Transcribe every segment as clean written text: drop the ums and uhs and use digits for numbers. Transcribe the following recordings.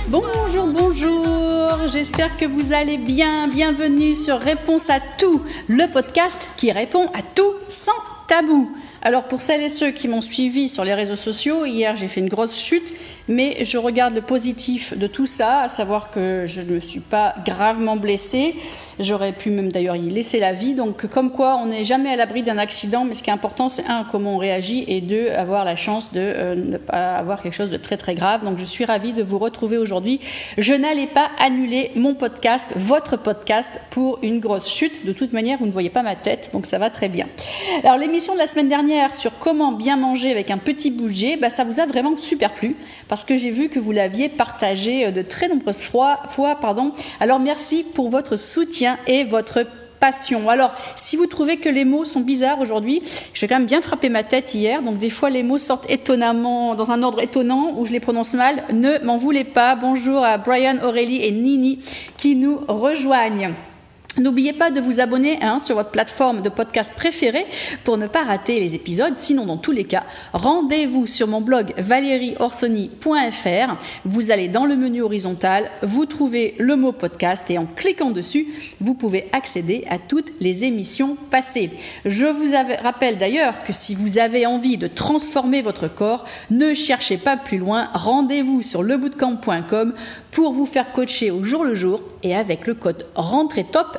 Bonjour, bonjour, j'espère que vous allez bien. Bienvenue sur Réponse à tout, le podcast qui répond à tout sans tabou. Alors pour celles et ceux qui m'ont suivi sur les réseaux sociaux, hier j'ai fait une grosse chute, mais je regarde le positif de tout ça, à savoir que je ne me suis pas gravement blessée. J'aurais pu même d'ailleurs y laisser la vie. Donc comme quoi on n'est jamais à l'abri d'un accident, mais ce qui est important c'est comment on réagit et avoir la chance de ne pas avoir quelque chose de très très grave. Donc je suis ravie de vous retrouver aujourd'hui. Je n'allais pas annuler mon podcast, votre podcast, pour une grosse chute. De toute manière vous ne voyez pas ma tête, donc ça va très bien. Alors l'émission de la semaine dernière sur comment bien manger avec un petit budget, ça vous a vraiment super plu parce que j'ai vu que vous l'aviez partagé de très nombreuses fois. Alors merci pour votre soutien et votre passion. Alors, si vous trouvez que les mots sont bizarres aujourd'hui, j'ai quand même bien frappé ma tête hier, donc des fois les mots sortent étonnamment, dans un ordre étonnant, où je les prononce mal, ne m'en voulez pas. Bonjour à Brian, Aurélie et Nini qui nous rejoignent. N'oubliez pas de vous abonner sur votre plateforme de podcast préférée pour ne pas rater les épisodes. Sinon, dans tous les cas, rendez-vous sur mon blog valérieorsoni.fr. Vous allez dans le menu horizontal, vous trouvez le mot podcast et en cliquant dessus, vous pouvez accéder à toutes les émissions passées. Je vous rappelle d'ailleurs que si vous avez envie de transformer votre corps, ne cherchez pas plus loin. Rendez-vous sur lebootcamp.com pour vous faire coacher au jour le jour et avec le code RENTREETOP,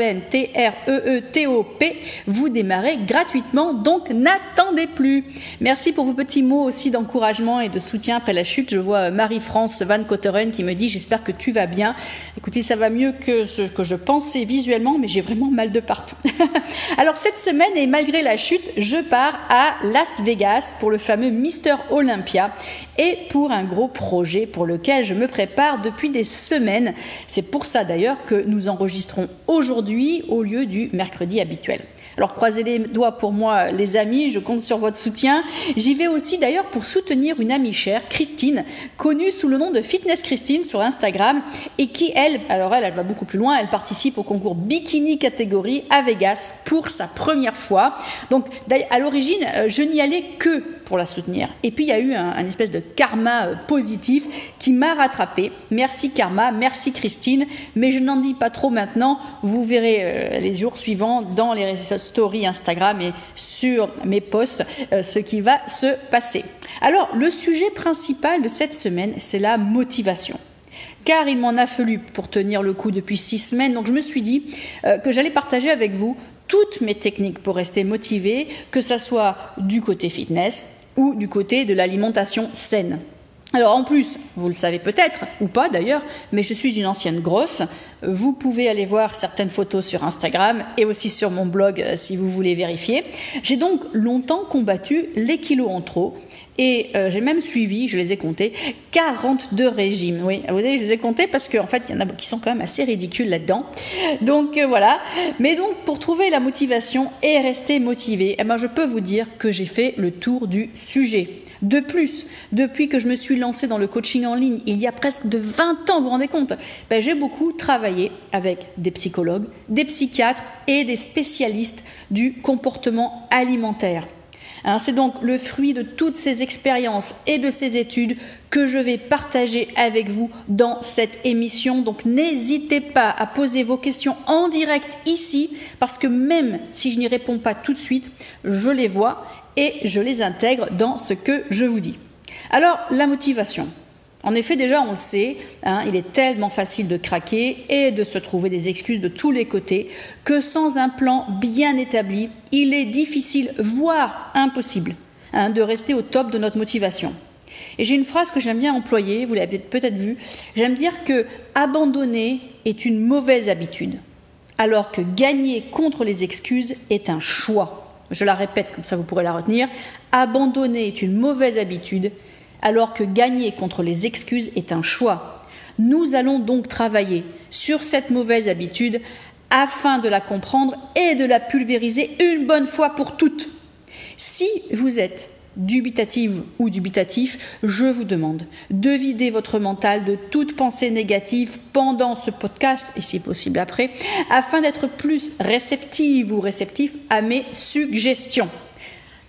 RENTREETOP, vous démarrez gratuitement, donc n'attendez plus. Merci pour vos petits mots aussi d'encouragement et de soutien après la chute. Je vois Marie-France Van Cotteren qui me dit « J'espère que tu vas bien ». Écoutez, ça va mieux que ce que je pensais visuellement, mais j'ai vraiment mal de partout. Alors cette semaine, et malgré la chute, je pars à Las Vegas pour le fameux Mister Olympia et pour un gros projet pour lequel je me prépare depuis des semaines. C'est pour ça d'ailleurs que nous enregistrons aujourd'hui au lieu du mercredi habituel. Alors croisez les doigts pour moi les amis, je compte sur votre soutien. J'y vais aussi d'ailleurs pour soutenir une amie chère, Christine, connue sous le nom de Fitness Christine sur Instagram et qui elle va beaucoup plus loin, elle participe au concours Bikini catégorie à Vegas pour sa première fois. Donc à l'origine, je n'y allais que pour la soutenir. Et puis il y a eu un espèce de karma positif qui m'a rattrapé. Merci karma, merci Christine, mais je n'en dis pas trop maintenant. Vous verrez les jours suivants dans les stories Instagram et sur mes posts ce qui va se passer. Alors le sujet principal de cette semaine, c'est la motivation. Car il m'en a fallu pour tenir le coup depuis 6 semaines, donc je me suis dit que j'allais partager avec vous toutes mes techniques pour rester motivée, que ça soit du côté fitness ou du côté de l'alimentation saine. Alors en plus, vous le savez peut-être, ou pas d'ailleurs, mais je suis une ancienne grosse. Vous pouvez aller voir certaines photos sur Instagram et aussi sur mon blog si vous voulez vérifier. J'ai donc longtemps combattu les kilos en trop. Et j'ai même suivi, je les ai comptés, 42 régimes. Oui, vous savez, je les ai comptés parce qu'en fait, il y en a qui sont quand même assez ridicules là-dedans. Donc voilà. Mais donc, pour trouver la motivation et rester motivé, je peux vous dire que j'ai fait le tour du sujet. De plus, depuis que je me suis lancée dans le coaching en ligne, il y a presque de 20 ans, vous vous rendez compte, j'ai beaucoup travaillé avec des psychologues, des psychiatres et des spécialistes du comportement alimentaire. C'est donc le fruit de toutes ces expériences et de ces études que je vais partager avec vous dans cette émission. Donc n'hésitez pas à poser vos questions en direct ici, parce que même si je n'y réponds pas tout de suite, je les vois et je les intègre dans ce que je vous dis. Alors, la motivation. En effet, déjà, on le sait, il est tellement facile de craquer et de se trouver des excuses de tous les côtés que sans un plan bien établi, il est difficile, voire impossible, de rester au top de notre motivation. Et j'ai une phrase que j'aime bien employer, vous l'avez peut-être vue, j'aime dire que abandonner est une mauvaise habitude, alors que gagner contre les excuses est un choix. Je la répète, comme ça vous pourrez la retenir, abandonner est une mauvaise habitude, alors que gagner contre les excuses est un choix. Nous allons donc travailler sur cette mauvaise habitude afin de la comprendre et de la pulvériser une bonne fois pour toutes. Si vous êtes dubitative ou dubitatif, je vous demande de vider votre mental de toute pensée négative pendant ce podcast, et si possible après, afin d'être plus réceptive ou réceptif à mes suggestions.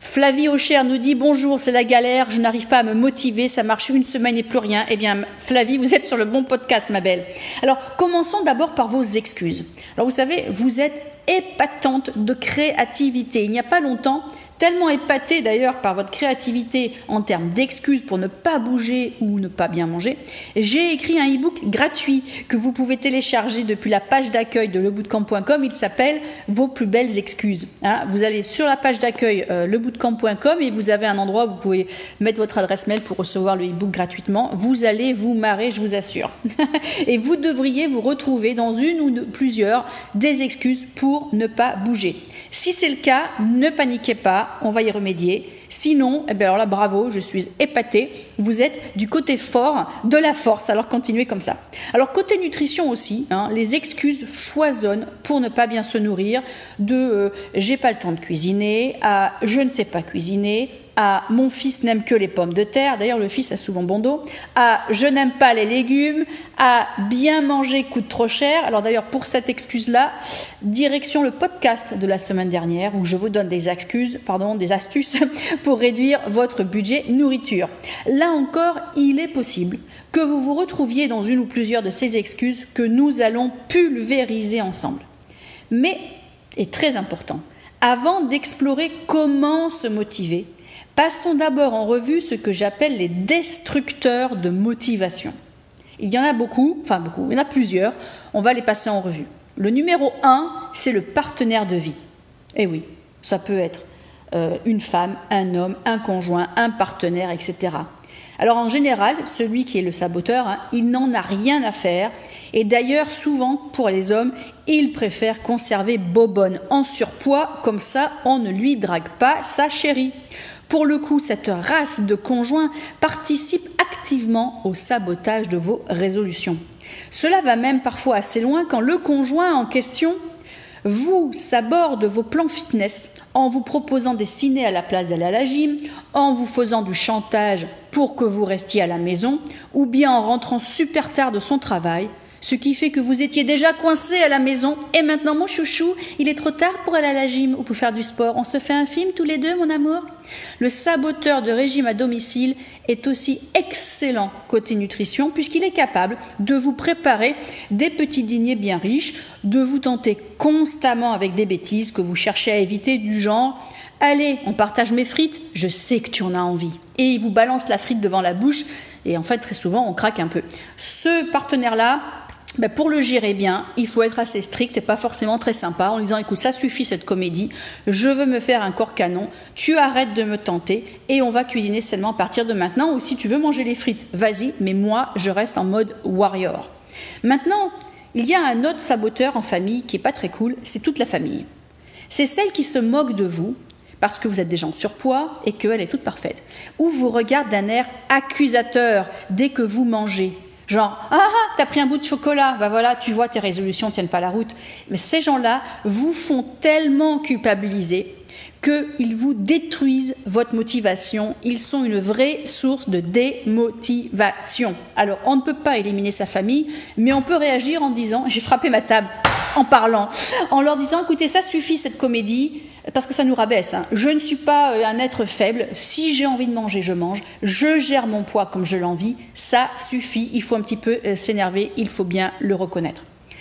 Flavie Aucher nous dit « Bonjour, c'est la galère, je n'arrive pas à me motiver, ça marche une semaine et plus rien. » Eh bien, Flavie, vous êtes sur le bon podcast, ma belle. Alors, commençons d'abord par vos excuses. Alors, vous savez, vous êtes épatante de créativité. Il n'y a pas longtemps, tellement épatée d'ailleurs par votre créativité en termes d'excuses pour ne pas bouger ou ne pas bien manger, j'ai écrit un e-book gratuit que vous pouvez télécharger depuis la page d'accueil de lebootcamp.com. Il s'appelle « Vos plus belles excuses ». Vous allez sur la page d'accueil lebootcamp.com et vous avez un endroit où vous pouvez mettre votre adresse mail pour recevoir le e-book gratuitement. Vous allez vous marrer, je vous assure. Et vous devriez vous retrouver dans une ou plusieurs des excuses pour ne pas bouger. Si c'est le cas, ne paniquez pas, on va y remédier. Sinon, eh bien alors là, bravo, je suis épatée. Vous êtes du côté fort de la force, alors continuez comme ça. Alors côté nutrition aussi, les excuses foisonnent pour ne pas bien se nourrir, de j'ai pas le temps de cuisiner, à je ne sais pas cuisiner, à mon fils n'aime que les pommes de terre, d'ailleurs le fils a souvent bon dos, à je n'aime pas les légumes, à bien manger coûte trop cher. Alors d'ailleurs pour cette excuse-là, direction le podcast de la semaine dernière où je vous donne des astuces pour réduire votre budget nourriture. Là encore, il est possible que vous vous retrouviez dans une ou plusieurs de ces excuses que nous allons pulvériser ensemble. Mais, et très important, avant d'explorer comment se motiver, passons d'abord en revue ce que j'appelle les destructeurs de motivation. Il y en a beaucoup, il y en a plusieurs, on va les passer en revue. Le numéro 1, c'est le partenaire de vie. Eh oui, ça peut être une femme, un homme, un conjoint, un partenaire, etc. Alors en général, celui qui est le saboteur, il n'en a rien à faire. Et d'ailleurs, souvent, pour les hommes, il préfère conserver bobonne en surpoids, comme ça, on ne lui drague pas sa chérie. Pour le coup, cette race de conjoints participe activement au sabotage de vos résolutions. Cela va même parfois assez loin quand le conjoint en question vous saborde vos plans fitness en vous proposant des cinés à la place d'aller à la gym, en vous faisant du chantage pour que vous restiez à la maison, ou bien en rentrant super tard de son travail, ce qui fait que vous étiez déjà coincé à la maison et maintenant mon chouchou, il est trop tard pour aller à la gym ou pour faire du sport. On se fait un film tous les deux, mon amour? Le saboteur de régime à domicile est aussi excellent côté nutrition puisqu'il est capable de vous préparer des petits dîners bien riches, de vous tenter constamment avec des bêtises que vous cherchez à éviter du genre « Allez, on partage mes frites, je sais que tu en as envie ». Et il vous balance la frite devant la bouche et en fait très souvent on craque un peu. Ce partenaire-là, pour le gérer bien, il faut être assez strict et pas forcément très sympa en lui disant « Écoute, ça suffit cette comédie, je veux me faire un corps canon, tu arrêtes de me tenter et on va cuisiner sainement à partir de maintenant ou si tu veux manger les frites, vas-y, mais moi, je reste en mode warrior. » Maintenant, il y a un autre saboteur en famille qui n'est pas très cool, c'est toute la famille. C'est celle qui se moque de vous parce que vous êtes des gens de surpoids et qu'elle est toute parfaite, ou vous regarde d'un air accusateur dès que vous mangez. Genre, t'as pris un bout de chocolat, voilà, tu vois, tes résolutions ne tiennent pas la route. Mais ces gens-là vous font tellement culpabiliser qu'ils vous détruisent votre motivation. Ils sont une vraie source de démotivation. Alors, on ne peut pas éliminer sa famille, mais on peut réagir en disant, j'ai frappé ma table en parlant, en leur disant, écoutez, ça suffit cette comédie, parce que ça nous rabaisse. Je ne suis pas un être faible. Si j'ai envie de manger, je mange. Je gère mon poids comme je l'envie. Ça suffit. Il faut un petit peu s'énerver. Il faut bien le reconnaître.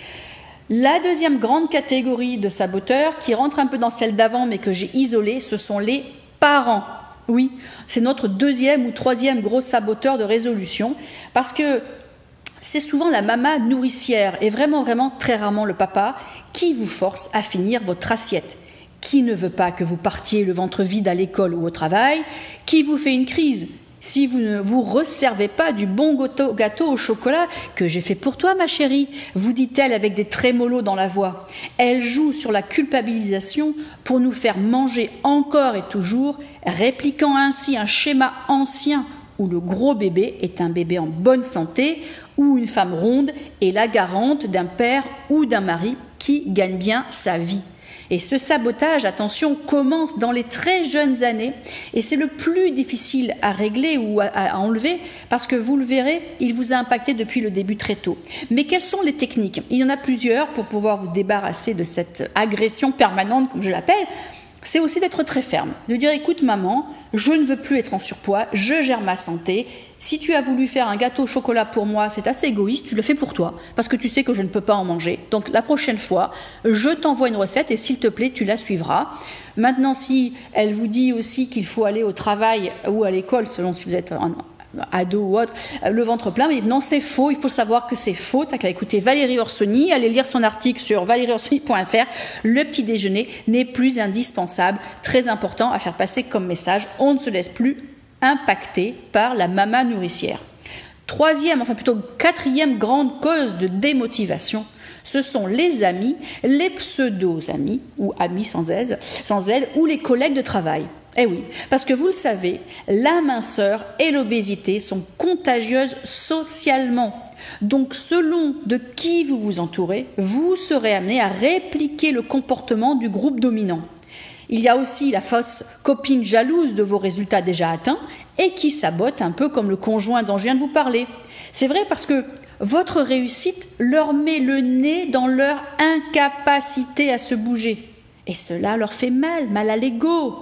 La deuxième grande catégorie de saboteurs, qui rentre un peu dans celle d'avant, mais que j'ai isolée, ce sont les parents. Oui, c'est notre deuxième ou troisième gros saboteur de résolution, parce que c'est souvent la maman nourricière, et vraiment très rarement le papa, qui vous force à finir votre assiette. Qui ne veut pas que vous partiez le ventre vide à l'école ou au travail, qui vous fait une crise si vous ne vous resservez pas du bon gâteau au chocolat que j'ai fait pour toi, ma chérie, vous dit-elle avec des trémolos dans la voix. Elle joue sur la culpabilisation pour nous faire manger encore et toujours, répliquant ainsi un schéma ancien où le gros bébé est un bébé en bonne santé, où une femme ronde est la garante d'un père ou d'un mari qui gagne bien sa vie. Et ce sabotage, attention, commence dans les très jeunes années et c'est le plus difficile à régler ou à enlever parce que vous le verrez, il vous a impacté depuis le début très tôt. Mais quelles sont les techniques? Il y en a plusieurs pour pouvoir vous débarrasser de cette agression permanente, comme je l'appelle. c'est aussi d'être très ferme, de dire écoute maman, je ne veux plus être en surpoids, je gère ma santé. Si tu as voulu faire un gâteau au chocolat pour moi, c'est assez égoïste, tu le fais pour toi, parce que tu sais que je ne peux pas en manger. Donc la prochaine fois, je t'envoie une recette et s'il te plaît, tu la suivras. Maintenant, si elle vous dit aussi qu'il faut aller au travail ou à l'école, selon si vous êtes un ado ou autre, le ventre plein, mais non, c'est faux, il faut savoir que c'est faux. T'as qu'à écouter Valérie Orsoni, aller lire son article sur valérieorsoni.fr. Le petit déjeuner n'est plus indispensable, très important à faire passer comme message. On ne se laisse plus impacter par la maman nourricière. Troisième, enfin plutôt quatrième grande cause de démotivation, ce sont les amis, les pseudo-amis, ou amis sans aide, ou les collègues de travail. Eh oui, parce que vous le savez, la minceur et l'obésité sont contagieuses socialement. Donc selon de qui vous vous entourez, vous serez amené à répliquer le comportement du groupe dominant. Il y a aussi la fausse copine jalouse de vos résultats déjà atteints et qui sabote un peu comme le conjoint dont je viens de vous parler. C'est vrai parce que votre réussite leur met le nez dans leur incapacité à se bouger. Et cela leur fait mal à l'ego.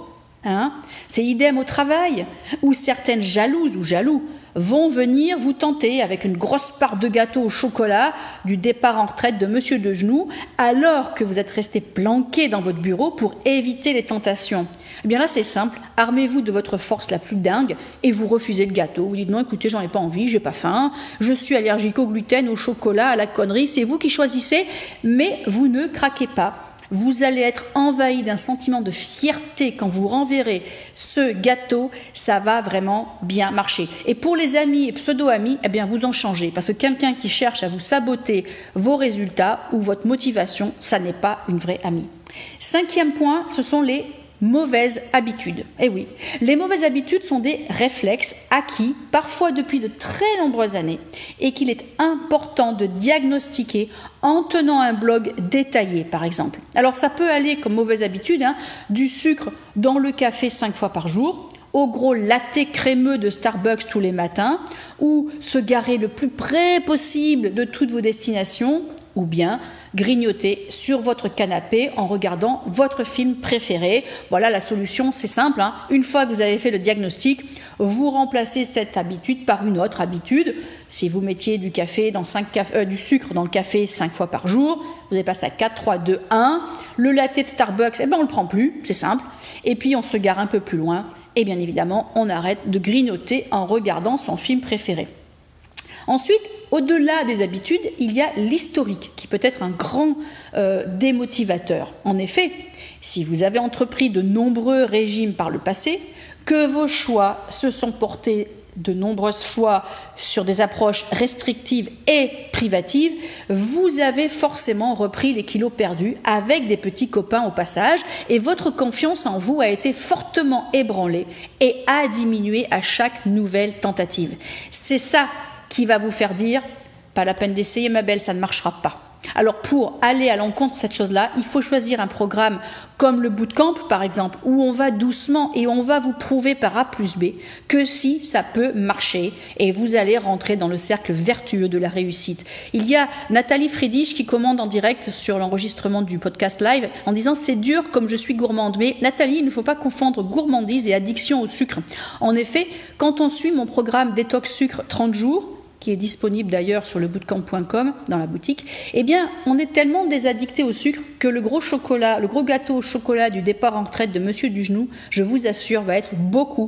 C'est idem au travail, où certaines jalouses ou jaloux vont venir vous tenter avec une grosse part de gâteau au chocolat du départ en retraite de Monsieur Dejenoux, alors que vous êtes resté planqué dans votre bureau pour éviter les tentations. Eh bien là, c'est simple, armez-vous de votre force la plus dingue et vous refusez le gâteau. Vous dites non, écoutez, j'en ai pas envie, j'ai pas faim, je suis allergique au gluten, au chocolat, à la connerie, c'est vous qui choisissez, mais vous ne craquez pas. Vous allez être envahi d'un sentiment de fierté quand vous renverrez ce gâteau, ça va vraiment bien marcher. Et pour les amis et pseudo-amis, eh bien vous en changez, parce que quelqu'un qui cherche à vous saboter vos résultats ou votre motivation, ça n'est pas une vraie amie. Cinquième point, ce sont les mauvaises habitudes. Eh oui, les mauvaises habitudes sont des réflexes acquis, parfois depuis de très nombreuses années, et qu'il est important de diagnostiquer en tenant un blog détaillé, par exemple. Alors ça peut aller comme mauvaise habitude, du sucre dans le café 5 fois par jour, au gros latte crémeux de Starbucks tous les matins, ou se garer le plus près possible de toutes vos destinations, ou bien grignoter sur votre canapé en regardant votre film préféré. Voilà, la solution, c'est simple. Une fois que vous avez fait le diagnostic, vous remplacez cette habitude par une autre habitude. Si vous mettiez du sucre dans le café 5 fois par jour, vous allez passer à 4, 3, 2, 1. Le latte de Starbucks, on ne le prend plus, c'est simple. Et puis on se gare un peu plus loin. Et bien évidemment, on arrête de grignoter en regardant son film préféré. Ensuite, au-delà des habitudes, il y a l'historique qui peut être un grand démotivateur. En effet, si vous avez entrepris de nombreux régimes par le passé, que vos choix se sont portés de nombreuses fois sur des approches restrictives et privatives, vous avez forcément repris les kilos perdus avec des petits copains au passage et votre confiance en vous a été fortement ébranlée et a diminué à chaque nouvelle tentative. C'est ça qui va vous faire dire « pas la peine d'essayer ma belle, ça ne marchera pas ». Alors pour aller à l'encontre de cette chose-là, il faut choisir un programme comme le bootcamp par exemple, où on va doucement et on va vous prouver par A plus B que si ça peut marcher et vous allez rentrer dans le cercle vertueux de la réussite. Il y a Nathalie Friedrich qui commande en direct sur l'enregistrement du podcast live en disant « c'est dur comme je suis gourmande ». Mais Nathalie, il ne faut pas confondre gourmandise et addiction au sucre. En effet, quand on suit mon programme Détox Sucre 30 jours, qui est disponible d'ailleurs sur le bootcamp.com dans la boutique, eh bien, on est tellement désaddicté au sucre que le gros gâteau au chocolat du départ en retraite de Monsieur Dujenoux, je vous assure, va être beaucoup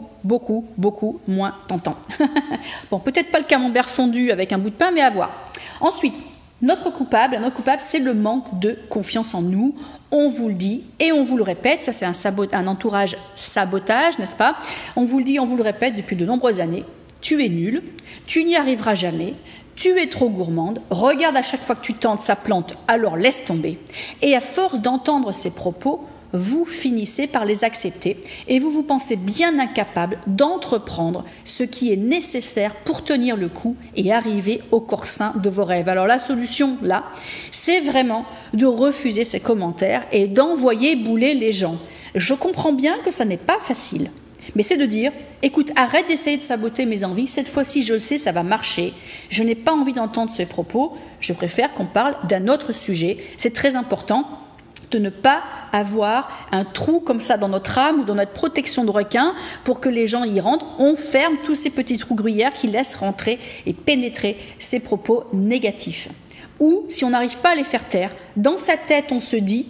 moins tentant. Bon, peut-être pas le camembert fondu avec un bout de pain, mais à voir. Ensuite, notre coupable, c'est le manque de confiance en nous. On vous le dit et on vous le répète, ça c'est un entourage sabotage, n'est-ce pas? On vous le dit, on vous le répète depuis de nombreuses années. Tu es nul, tu n'y arriveras jamais, tu es trop gourmande, regarde à chaque fois que tu tentes, ça plante, alors laisse tomber. Et à force d'entendre ces propos, vous finissez par les accepter et vous vous pensez bien incapable d'entreprendre ce qui est nécessaire pour tenir le coup et arriver au corps sain de vos rêves. Alors la solution, là, c'est vraiment de refuser ces commentaires et d'envoyer bouler les gens. Je comprends bien que ça n'est pas facile. Mais c'est de dire, écoute, arrête d'essayer de saboter mes envies, cette fois-ci je le sais, ça va marcher, je n'ai pas envie d'entendre ces propos, je préfère qu'on parle d'un autre sujet, c'est très important. de ne pas avoir un trou comme ça dans notre âme ou dans notre protection de requin pour que les gens y rentrent. On ferme tous ces petits trous gruyères qui laissent rentrer et pénétrer ces propos négatifs. Ou, si on n'arrive pas à les faire taire, dans sa tête, on se dit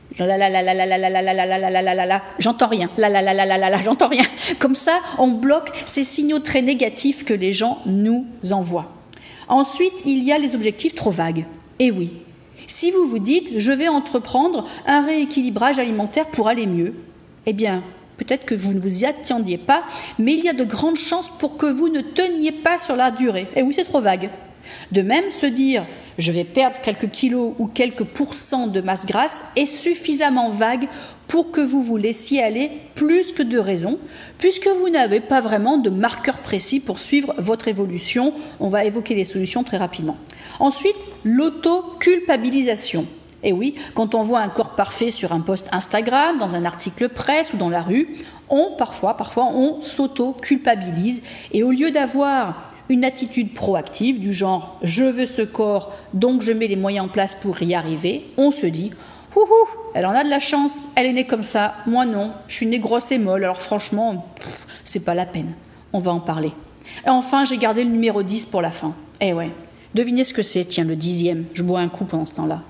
j'entends rien, j'entends rien. Comme ça, on bloque ces signaux très négatifs que les gens nous envoient. Ensuite, il y a les objectifs trop vagues. Et oui, si vous vous dites « je vais entreprendre un rééquilibrage alimentaire pour aller mieux », eh bien, peut-être que vous ne vous y attendiez pas, mais il y a de grandes chances pour que vous ne teniez pas sur la durée. Et oui, c'est trop vague. De même, se dire « je vais perdre quelques kilos ou quelques pourcents de masse grasse » est suffisamment vague pour que vous vous laissiez aller plus que de raison, puisque vous n'avez pas vraiment de marqueur précis pour suivre votre évolution. On va évoquer les solutions très rapidement. Ensuite, l'auto-culpabilisation. Et oui, quand on voit un corps parfait sur un post Instagram, dans un article presse ou dans la rue, parfois on s'auto-culpabilise. Et au lieu d'avoir une attitude proactive du genre « je veux ce corps, donc je mets les moyens en place pour y arriver », on se dit « Houhou, elle en a de la chance, elle est née comme ça, moi non, je suis née grosse et molle, alors franchement, c'est pas la peine, on va en parler. » Et enfin, j'ai gardé le numéro 10 pour la fin. Eh ouais, devinez ce que c'est, tiens, le 10e, je bois un coup pendant ce temps-là.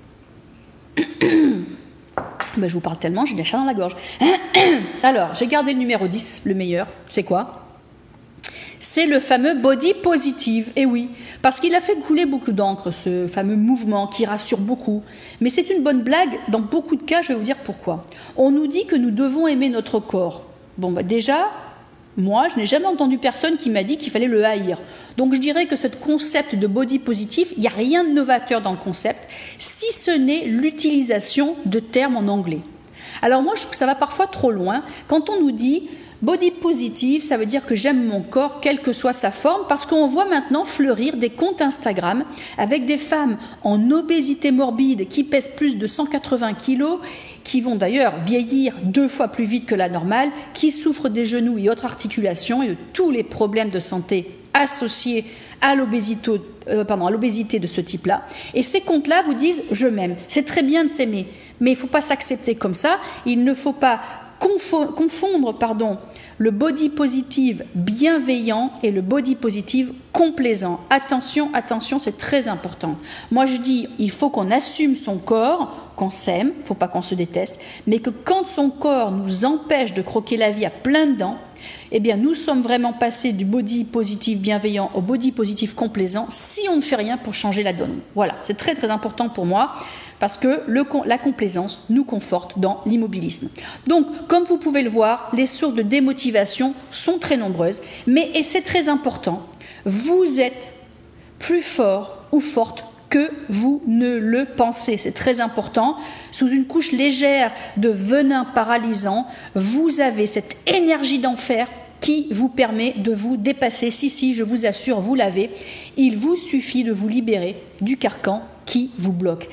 Ben, je vous parle tellement, j'ai des chats dans la gorge. Alors, j'ai gardé le numéro 10, le meilleur, c'est quoi ? C'est le fameux body positive, et oui, parce qu'il a fait couler beaucoup d'encre, ce fameux mouvement qui rassure beaucoup. Mais c'est une bonne blague, dans beaucoup de cas, je vais vous dire pourquoi. On nous dit que nous devons aimer notre corps. Bon, bah déjà, moi, je n'ai jamais entendu personne qui m'a dit qu'il fallait le haïr. Donc je dirais que ce concept de body positive, il n'y a rien de novateur dans le concept, si ce n'est l'utilisation de termes en anglais. Alors moi, je trouve que ça va parfois trop loin quand on nous dit body positive, ça veut dire que j'aime mon corps, quelle que soit sa forme, parce qu'on voit maintenant fleurir des comptes Instagram avec des femmes en obésité morbide qui pèsent plus de 180 kilos, qui vont d'ailleurs vieillir 2 fois plus vite que la normale, qui souffrent des genoux et autres articulations et de tous les problèmes de santé associés à l'obésité de ce type-là. Et ces comptes-là vous disent « je m'aime ». C'est très bien de s'aimer, mais il ne faut pas s'accepter comme ça, il ne faut pas confondre le body positive bienveillant et le body positive complaisant. Attention, c'est très important. Moi je dis, il faut qu'on assume son corps, qu'on s'aime, il ne faut pas qu'on se déteste, mais que quand son corps nous empêche de croquer la vie à pleines dents, eh bien nous sommes vraiment passés du body positive bienveillant au body positive complaisant si on ne fait rien pour changer la donne. Voilà, c'est très très important pour moi. Parce que la complaisance nous conforte dans l'immobilisme. Donc, comme vous pouvez le voir, les sources de démotivation sont très nombreuses, et c'est très important, vous êtes plus fort ou forte que vous ne le pensez. C'est très important. Sous une couche légère de venin paralysant, vous avez cette énergie d'enfer qui vous permet de vous dépasser. Si, je vous assure, vous l'avez. Il vous suffit de vous libérer du carcan qui vous bloque.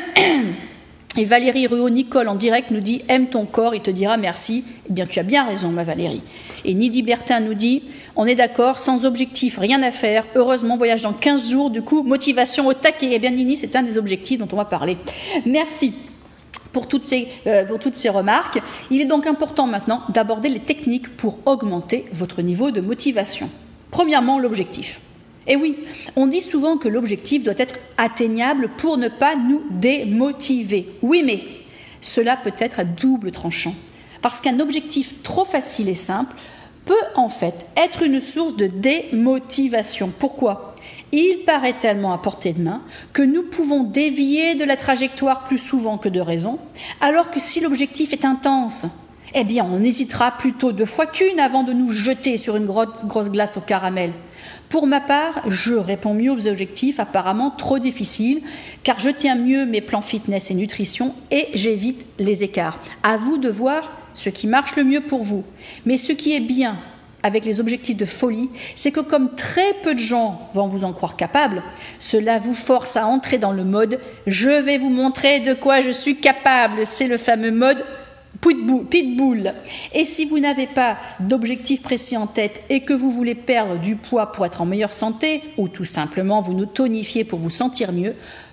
Et Valérie Ruot-Nicole en direct nous dit « Aime ton corps, il te dira merci ». Eh bien, tu as bien raison, ma Valérie. Et Nidi Bertin nous dit « On est d'accord, sans objectif, rien à faire. Heureusement, voyage dans 15 jours, du coup, motivation au taquet. » Eh bien, Nini, c'est un des objectifs dont on va parler. Merci pour toutes ces remarques. Il est donc important maintenant d'aborder les techniques pour augmenter votre niveau de motivation. Premièrement, l'objectif. Et oui, on dit souvent que l'objectif doit être atteignable pour ne pas nous démotiver. Oui, mais cela peut être à double tranchant. Parce qu'un objectif trop facile et simple peut en fait être une source de démotivation. Pourquoi ? Il paraît tellement à portée de main que nous pouvons dévier de la trajectoire plus souvent que de raison, alors que si l'objectif est intense, eh bien on hésitera plutôt 2 fois qu'une avant de nous jeter sur une grosse glace au caramel. Pour ma part, je réponds mieux aux objectifs apparemment trop difficiles, car je tiens mieux mes plans fitness et nutrition et j'évite les écarts. À vous de voir ce qui marche le mieux pour vous. Mais ce qui est bien avec les objectifs de folie, c'est que comme très peu de gens vont vous en croire capable, cela vous force à entrer dans le mode « je vais vous montrer de quoi je suis capable ». C'est le fameux mode Pitbull. Et si vous n'avez pas d'objectif précis en tête et que vous voulez perdre du poids pour être en meilleure santé ou tout simplement vous nous tonifier pour vous sentir mieux,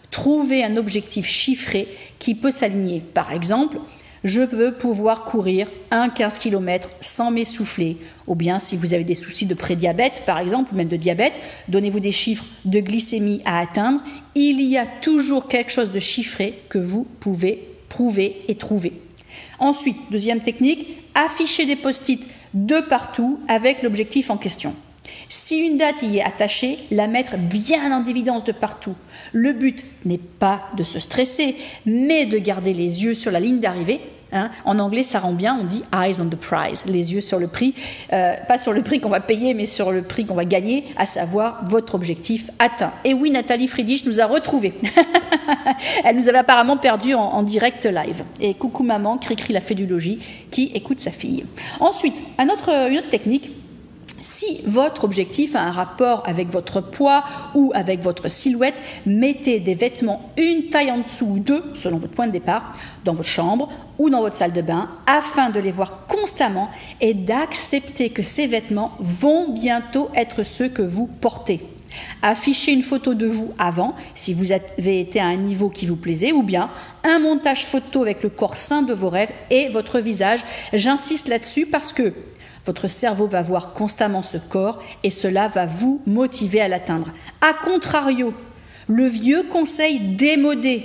Trouvez un objectif chiffré qui peut s'aligner. Par exemple, je veux pouvoir courir un 15 km sans m'essouffler. Ou bien, si vous avez des soucis de prédiabète, par exemple, ou même de diabète, donnez-vous des chiffres de glycémie à atteindre. Il y a toujours quelque chose de chiffré que vous pouvez prouver et trouver. Ensuite, deuxième technique, affichez des post-it de partout avec l'objectif en question. Si une date y est attachée, la mettre bien en évidence de partout. Le but n'est pas de se stresser, mais de garder les yeux sur la ligne d'arrivée. En anglais, ça rend bien, on dit « eyes on the prize », les yeux sur le prix, pas sur le prix qu'on va payer, mais sur le prix qu'on va gagner, à savoir votre objectif atteint. Et oui, Nathalie Friedrich nous a retrouvés. Elle nous avait apparemment perdu en direct live. Et coucou maman, Cricri la fée du logis, qui écoute sa fille. Ensuite, une autre technique. Si votre objectif a un rapport avec votre poids ou avec votre silhouette, mettez des vêtements une taille en dessous ou deux, selon votre point de départ, dans votre chambre ou dans votre salle de bain, afin de les voir constamment et d'accepter que ces vêtements vont bientôt être ceux que vous portez. Affichez une photo de vous avant, si vous avez été à un niveau qui vous plaisait, ou bien un montage photo avec le corps sain de vos rêves et votre visage. J'insiste là-dessus parce que votre cerveau va voir constamment ce corps et cela va vous motiver à l'atteindre. A contrario, le vieux conseil démodé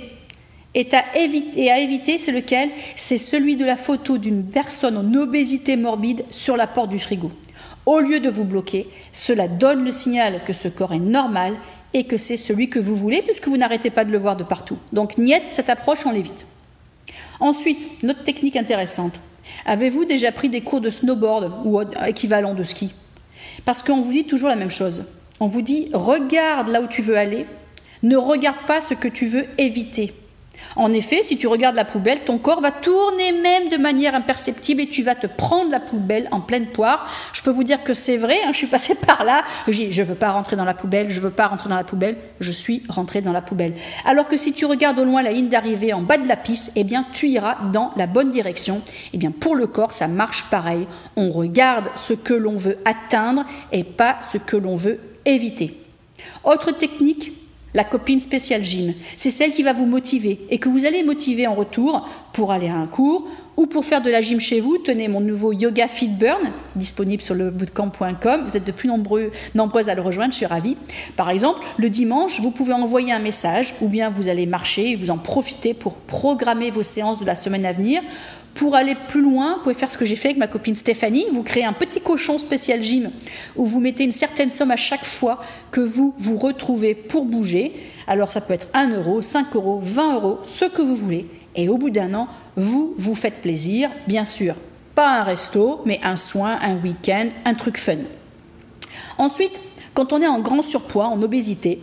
à éviter, c'est lequel ? C'est celui de la photo d'une personne en obésité morbide sur la porte du frigo. Au lieu de vous bloquer, cela donne le signal que ce corps est normal et que c'est celui que vous voulez puisque vous n'arrêtez pas de le voir de partout. Donc, niet, cette approche, on l'évite. Ensuite, une autre technique intéressante. Avez-vous déjà pris des cours de snowboard ou équivalent de ski ? Parce qu'on vous dit toujours la même chose. On vous dit, regarde là où tu veux aller, ne regarde pas ce que tu veux éviter. En effet, si tu regardes la poubelle, ton corps va tourner même de manière imperceptible et tu vas te prendre la poubelle en pleine poire. Je peux vous dire que c'est vrai, je suis passée par là. Je dis, je ne veux pas rentrer dans la poubelle, je ne veux pas rentrer dans la poubelle. Je suis rentrée dans la poubelle. Alors que si tu regardes au loin la ligne d'arrivée en bas de la piste, eh bien, tu iras dans la bonne direction. Eh bien, pour le corps, ça marche pareil. On regarde ce que l'on veut atteindre et pas ce que l'on veut éviter. Autre technique, la copine spéciale gym, c'est celle qui va vous motiver et que vous allez motiver en retour pour aller à un cours ou pour faire de la gym chez vous. Tenez mon nouveau Yoga Fit Burn, disponible sur le bootcamp.com. Vous êtes de plus nombreuses à le rejoindre, je suis ravie. Par exemple, le dimanche, vous pouvez envoyer un message ou bien vous allez marcher et vous en profitez pour programmer vos séances de la semaine à venir. Pour aller plus loin, vous pouvez faire ce que j'ai fait avec ma copine Stéphanie. Vous créez un petit cochon spécial gym où vous mettez une certaine somme à chaque fois que vous vous retrouvez pour bouger. Alors ça peut être 1 €, 5 €, 20 €, ce que vous voulez. Et au bout d'un an, vous vous faites plaisir. Bien sûr, pas un resto, mais un soin, un week-end, un truc fun. Ensuite, quand on est en grand surpoids, en obésité,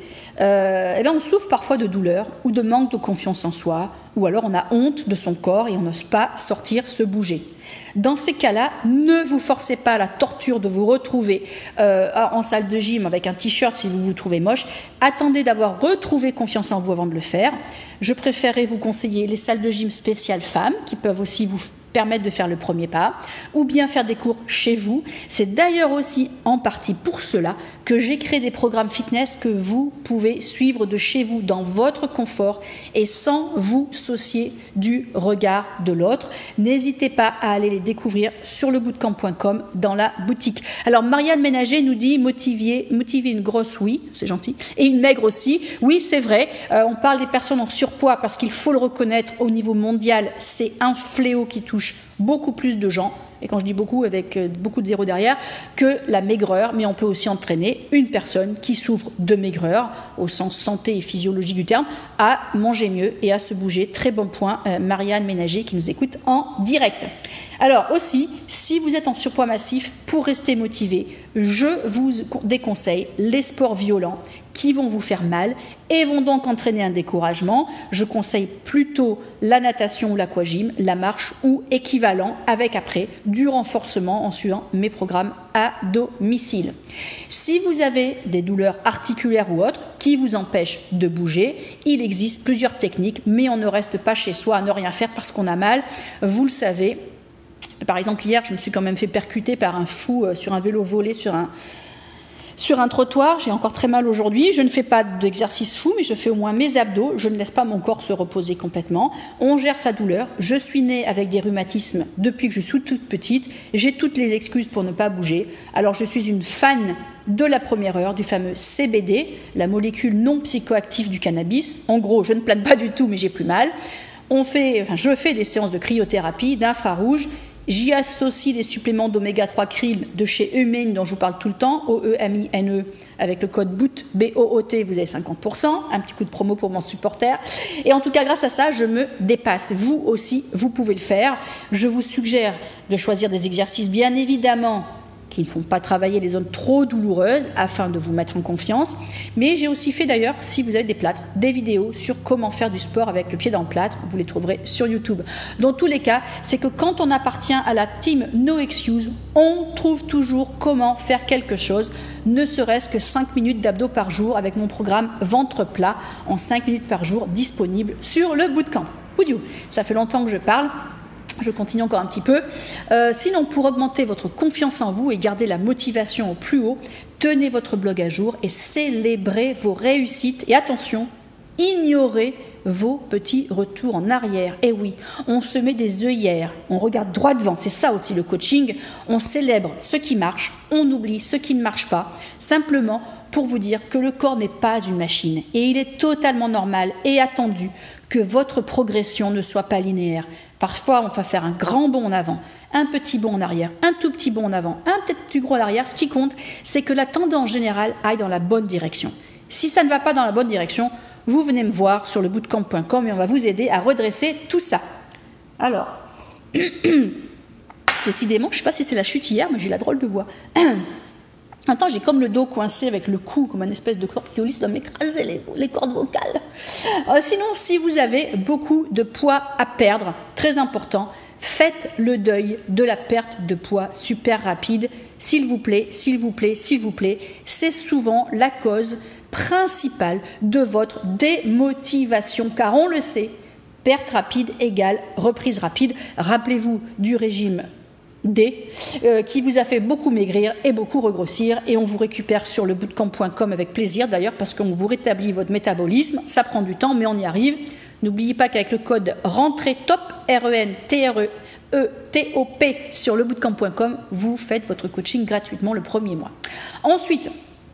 on souffre parfois de douleurs ou de manque de confiance en soi, ou alors on a honte de son corps et on n'ose pas sortir, se bouger. Dans ces cas-là, ne vous forcez pas à la torture de vous retrouver en salle de gym avec un t-shirt si vous vous trouvez moche. Attendez d'avoir retrouvé confiance en vous avant de le faire. Je préférerais vous conseiller les salles de gym spéciales femmes qui peuvent aussi vous permettre de faire le premier pas, ou bien faire des cours chez vous. C'est d'ailleurs aussi en partie pour cela que j'ai créé des programmes fitness que vous pouvez suivre de chez vous dans votre confort et sans vous soucier du regard de l'autre. N'hésitez pas à aller les découvrir sur le bootcamp.com dans la boutique. Alors Marianne Ménager nous dit motiver une grosse, oui, c'est gentil, et une maigre aussi. Oui, c'est vrai, on parle des personnes en surpoids parce qu'il faut le reconnaître au niveau mondial, c'est un fléau qui touche beaucoup plus de gens, et quand je dis beaucoup avec beaucoup de zéros derrière, que la maigreur, mais on peut aussi entraîner une personne qui souffre de maigreur, au sens santé et physiologique du terme, à manger mieux et à se bouger. Très bon point, Marianne Ménager qui nous écoute en direct. Alors aussi, si vous êtes en surpoids massif, pour rester motivé, je vous déconseille les sports violents qui vont vous faire mal et vont donc entraîner un découragement. Je conseille plutôt la natation ou l'aquagym, la marche ou équivalent, avec après du renforcement en suivant mes programmes à domicile. Si vous avez des douleurs articulaires ou autres qui vous empêchent de bouger, il existe plusieurs techniques, mais on ne reste pas chez soi à ne rien faire parce qu'on a mal. Vous le savez. Par exemple, hier, je me suis quand même fait percuter par un fou sur un vélo volé sur Sur un trottoir, j'ai encore très mal aujourd'hui, je ne fais pas d'exercice fou, mais je fais au moins mes abdos, je ne laisse pas mon corps se reposer complètement. On gère sa douleur. Je suis née avec des rhumatismes depuis que je suis toute petite. J'ai toutes les excuses pour ne pas bouger. Alors je suis une fan de la première heure, du fameux CBD, la molécule non psychoactive du cannabis. En gros, je ne plane pas du tout, mais j'ai plus mal. Je fais des séances de cryothérapie, d'infrarouge. J'y associe des suppléments d'oméga 3 krill de chez Eumine dont je vous parle tout le temps, OEMINE, avec le code BOOT, B-O-O-T, vous avez 50%, un petit coup de promo pour mon supporter. Et en tout cas, grâce à ça, je me dépasse. Vous aussi, vous pouvez le faire. Je vous suggère de choisir des exercices, bien évidemment, qui ne font pas travailler les zones trop douloureuses afin de vous mettre en confiance. Mais j'ai aussi fait d'ailleurs, si vous avez des plâtres, des vidéos sur comment faire du sport avec le pied dans le plâtre. Vous les trouverez sur YouTube. Dans tous les cas, c'est que quand on appartient à la team No Excuse, on trouve toujours comment faire quelque chose, ne serait-ce que 5 minutes d'abdos par jour avec mon programme Ventre plat en 5 minutes par jour disponible sur le bootcamp. Ça fait longtemps que je parle. Je continue encore un petit peu. Sinon, pour augmenter votre confiance en vous et garder la motivation au plus haut, tenez votre blog à jour et célébrez vos réussites. Et attention, ignorez vos petits retours en arrière. Et oui, on se met des œillères, on regarde droit devant. C'est ça aussi le coaching. On célèbre ce qui marche, on oublie ce qui ne marche pas. Simplement pour vous dire que le corps n'est pas une machine. Et il est totalement normal et attendu que votre progression ne soit pas linéaire. Parfois, on va faire un grand bond en avant, un petit bond en arrière, un tout petit bond en avant, un peut-être plus gros à l'arrière. Ce qui compte, c'est que la tendance générale aille dans la bonne direction. Si ça ne va pas dans la bonne direction, vous venez me voir sur le bootcamp.com et on va vous aider à redresser tout ça. Alors, décidément, je ne sais pas si c'est la chute hier, mais j'ai la drôle de voix. Attends, j'ai comme le dos coincé avec le cou, comme une espèce de corpiolis, doit m'écraser les cordes vocales. Sinon, si vous avez beaucoup de poids à perdre, très important, faites le deuil de la perte de poids super rapide. S'il vous plaît, s'il vous plaît, s'il vous plaît. C'est souvent la cause principale de votre démotivation, car on le sait, perte rapide égale reprise rapide. Rappelez-vous du régime D, qui vous a fait beaucoup maigrir et beaucoup regrossir, et on vous récupère sur le bootcamp.com avec plaisir d'ailleurs, parce qu'on vous rétablit votre métabolisme. Ça prend du temps, mais on y arrive. N'oubliez pas qu'avec le code RENTRETOP, RENTREETOP sur le bootcamp.com, vous faites votre coaching gratuitement le premier mois. Ensuite,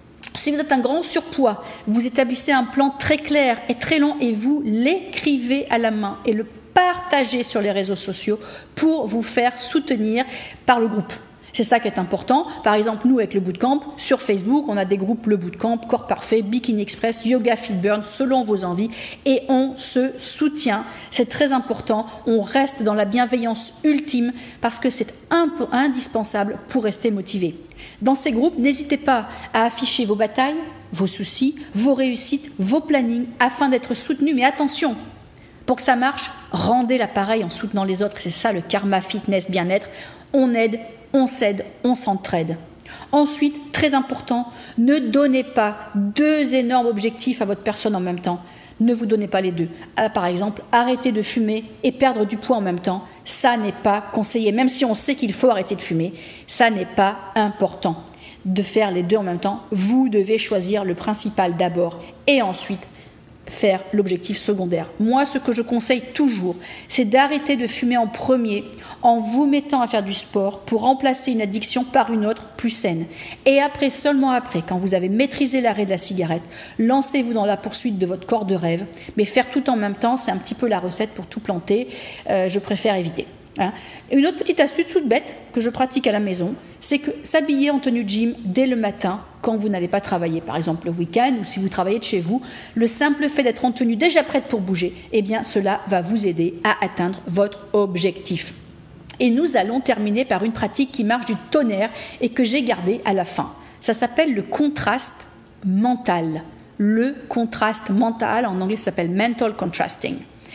si vous êtes un grand surpoids, vous établissez un plan très clair et très long et vous l'écrivez à la main et le partagez sur les réseaux sociaux pour vous faire soutenir par le groupe. C'est ça qui est important. Par exemple, nous, avec le Bootcamp, sur Facebook, on a des groupes Le Bootcamp, Corps Parfait, Bikini Express, Yoga Fit Burn, selon vos envies, et on se soutient. C'est très important. On reste dans la bienveillance ultime parce que c'est indispensable pour rester motivé. Dans ces groupes, n'hésitez pas à afficher vos batailles, vos soucis, vos réussites, vos plannings, afin d'être soutenu. Mais attention, pour que ça marche, rendez l'appareil en soutenant les autres. C'est ça le karma, fitness, bien-être. On aide, on s'aide, on s'entraide. Ensuite, très important, ne donnez pas 2 énormes objectifs à votre personne en même temps. Ne vous donnez pas les 2. Par exemple, arrêter de fumer et perdre du poids en même temps, ça n'est pas conseillé. Même si on sait qu'il faut arrêter de fumer, ça n'est pas important de faire les 2 en même temps. Vous devez choisir le principal d'abord et ensuite faire l'objectif secondaire. Moi, ce que je conseille toujours, c'est d'arrêter de fumer en premier en vous mettant à faire du sport pour remplacer une addiction par une autre plus saine. Et après, seulement après, quand vous avez maîtrisé l'arrêt de la cigarette, lancez-vous dans la poursuite de votre corps de rêve. Mais faire tout en même temps, c'est un petit peu la recette pour tout planter. Je préfère éviter. Une autre petite astuce toute bête que je pratique à la maison, c'est que s'habiller en tenue de gym dès le matin quand vous n'allez pas travailler, par exemple le week-end ou si vous travaillez de chez vous, le simple fait d'être en tenue déjà prête pour bouger, eh bien cela va vous aider à atteindre votre objectif. Et nous allons terminer par une pratique qui marche du tonnerre et que j'ai gardée à la fin. Ça s'appelle le contraste mental. Le contraste mental, en anglais ça s'appelle mental contrasting.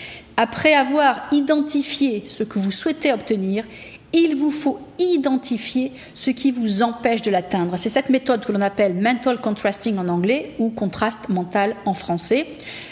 Après avoir identifié ce que vous souhaitez obtenir, il vous faut identifier ce qui vous empêche de l'atteindre. C'est cette méthode que l'on appelle mental contrasting en anglais ou contraste mental en français.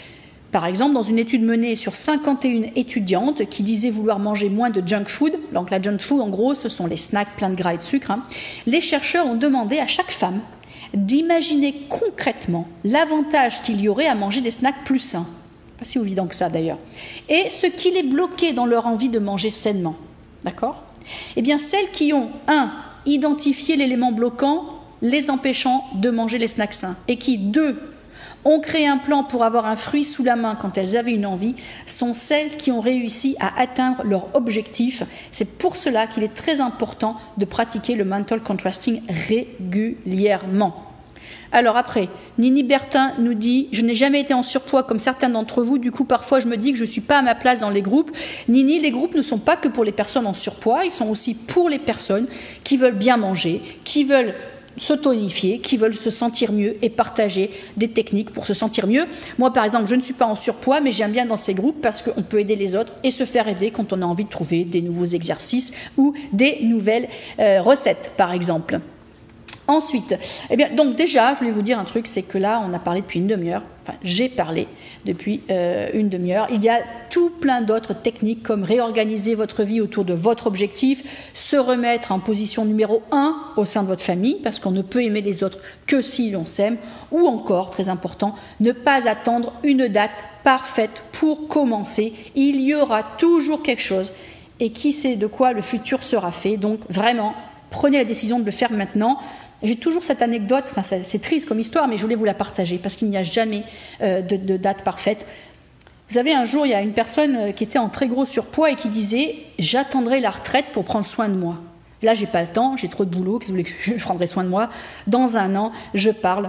Par exemple, dans une étude menée sur 51 étudiantes qui disaient vouloir manger moins de junk food, donc la junk food en gros ce sont les snacks pleins de gras et de sucre, les chercheurs ont demandé à chaque femme d'imaginer concrètement l'avantage qu'il y aurait à manger des snacks plus sains. Pas si évident que ça d'ailleurs. Et ce qui les bloquait dans leur envie de manger sainement. D'accord ? Eh bien, celles qui ont, identifié l'élément bloquant les empêchant de manger les snacks sains, et qui, 2, ont créé un plan pour avoir un fruit sous la main quand elles avaient une envie, sont celles qui ont réussi à atteindre leur objectif. C'est pour cela qu'il est très important de pratiquer le mental contrasting régulièrement. Alors après, Nini Bertin nous dit « Je n'ai jamais été en surpoids comme certains d'entre vous, du coup parfois je me dis que je ne suis pas à ma place dans les groupes. » Nini, les groupes ne sont pas que pour les personnes en surpoids, ils sont aussi pour les personnes qui veulent bien manger, qui veulent se tonifier, qui veulent se sentir mieux et partager des techniques pour se sentir mieux. Moi, par exemple, je ne suis pas en surpoids, mais j'aime bien dans ces groupes parce qu'on peut aider les autres et se faire aider quand on a envie de trouver des nouveaux exercices ou des nouvelles recettes, par exemple. Ensuite, donc déjà, je voulais vous dire un truc, c'est que là, on a parlé depuis une demi-heure, enfin, j'ai parlé depuis une demi-heure. Il y a tout plein d'autres techniques comme réorganiser votre vie autour de votre objectif, se remettre en position numéro 1 au sein de votre famille, parce qu'on ne peut aimer les autres que si l'on s'aime, ou encore, très important, ne pas attendre une date parfaite pour commencer. Il y aura toujours quelque chose, et qui sait de quoi le futur sera fait. Donc vraiment, prenez la décision de le faire maintenant. J'ai toujours cette anecdote, c'est triste comme histoire, mais je voulais vous la partager parce qu'il n'y a jamais de date parfaite. Vous savez, un jour, il y a une personne qui était en très gros surpoids et qui disait « J'attendrai la retraite pour prendre soin de moi. Là, j'ai pas le temps, j'ai trop de boulot, qu'est-ce que vous voulez que je prendrai soin de moi. Dans un an, je parle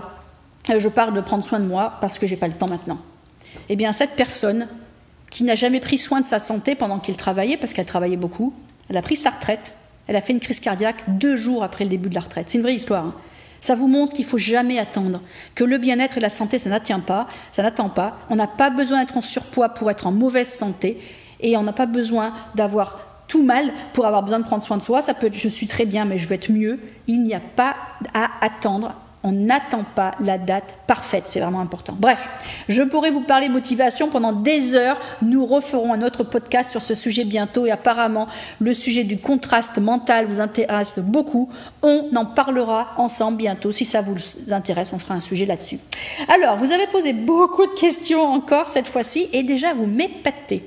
de prendre soin de moi parce que j'ai pas le temps maintenant. » Eh bien, cette personne qui n'a jamais pris soin de sa santé pendant qu'elle travaillait, parce qu'elle travaillait beaucoup, elle a pris sa retraite. Elle a fait une crise cardiaque 2 jours après le début de la retraite. C'est une vraie histoire. Hein. Ça vous montre qu'il ne faut jamais attendre, que le bien-être et la santé, ça n'attend pas. On n'a pas besoin d'être en surpoids pour être en mauvaise santé et on n'a pas besoin d'avoir tout mal pour avoir besoin de prendre soin de soi. Ça peut être « je suis très bien, mais je vais être mieux ». Il n'y a pas à attendre. On n'attend pas la date parfaite, c'est vraiment important. Bref, je pourrais vous parler motivation pendant des heures. Nous referons un autre podcast sur ce sujet bientôt et apparemment, le sujet du contraste mental vous intéresse beaucoup. On en parlera ensemble bientôt. Si ça vous intéresse, on fera un sujet là-dessus. Alors, vous avez posé beaucoup de questions encore cette fois-ci et déjà, vous m'épatez.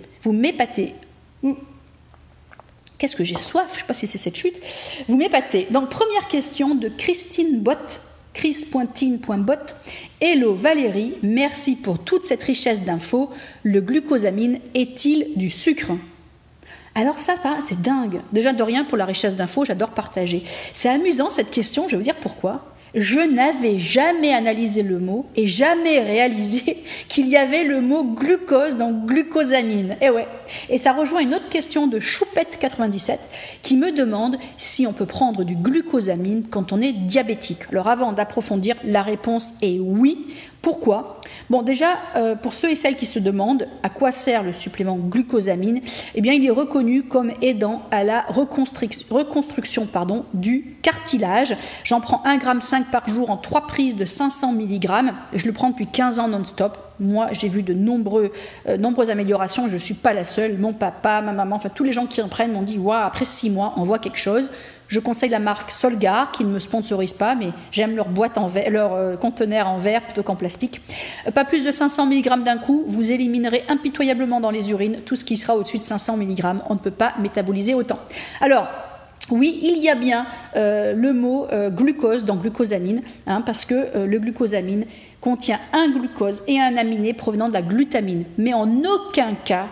Qu'est-ce que j'ai soif? Je ne sais pas si c'est cette chute. Vous m'épatez. Donc, première question de Christine Bott. Chris.tin.bot. Hello Valérie, merci pour toute cette richesse d'infos. Le glucosamine est-il du sucre? Alors ça va, c'est dingue. Déjà de rien pour la richesse d'infos, j'adore partager. C'est amusant cette question, je vais vous dire pourquoi. Je n'avais jamais analysé le mot et jamais réalisé qu'il y avait le mot glucose dans glucosamine. Et ouais. Et ça rejoint une autre question de Choupette97 qui me demande si on peut prendre du glucosamine quand on est diabétique. Alors avant d'approfondir, la réponse est oui. Pourquoi ? Bon, déjà, pour ceux et celles qui se demandent à quoi sert le supplément glucosamine, eh bien, il est reconnu comme aidant à la reconstruction du cartilage. J'en prends 1,5 g par jour en 3 prises de 500 mg. Je le prends depuis 15 ans non-stop. Moi, j'ai vu de nombreuses améliorations. Je ne suis pas la seule. Mon papa, ma maman, enfin tous les gens qui en prennent m'ont dit « Waouh, après 6 mois, on voit quelque chose ». Je conseille la marque Solgar, qui ne me sponsorise pas, mais j'aime leur boîte en verre, leur conteneur en verre plutôt qu'en plastique. Pas plus de 500 mg d'un coup, vous éliminerez impitoyablement dans les urines tout ce qui sera au-dessus de 500 mg. On ne peut pas métaboliser autant. Alors, oui, il y a bien le mot glucose dans glucosamine, parce que le glucosamine contient un glucose et un aminé provenant de la glutamine. Mais en aucun cas,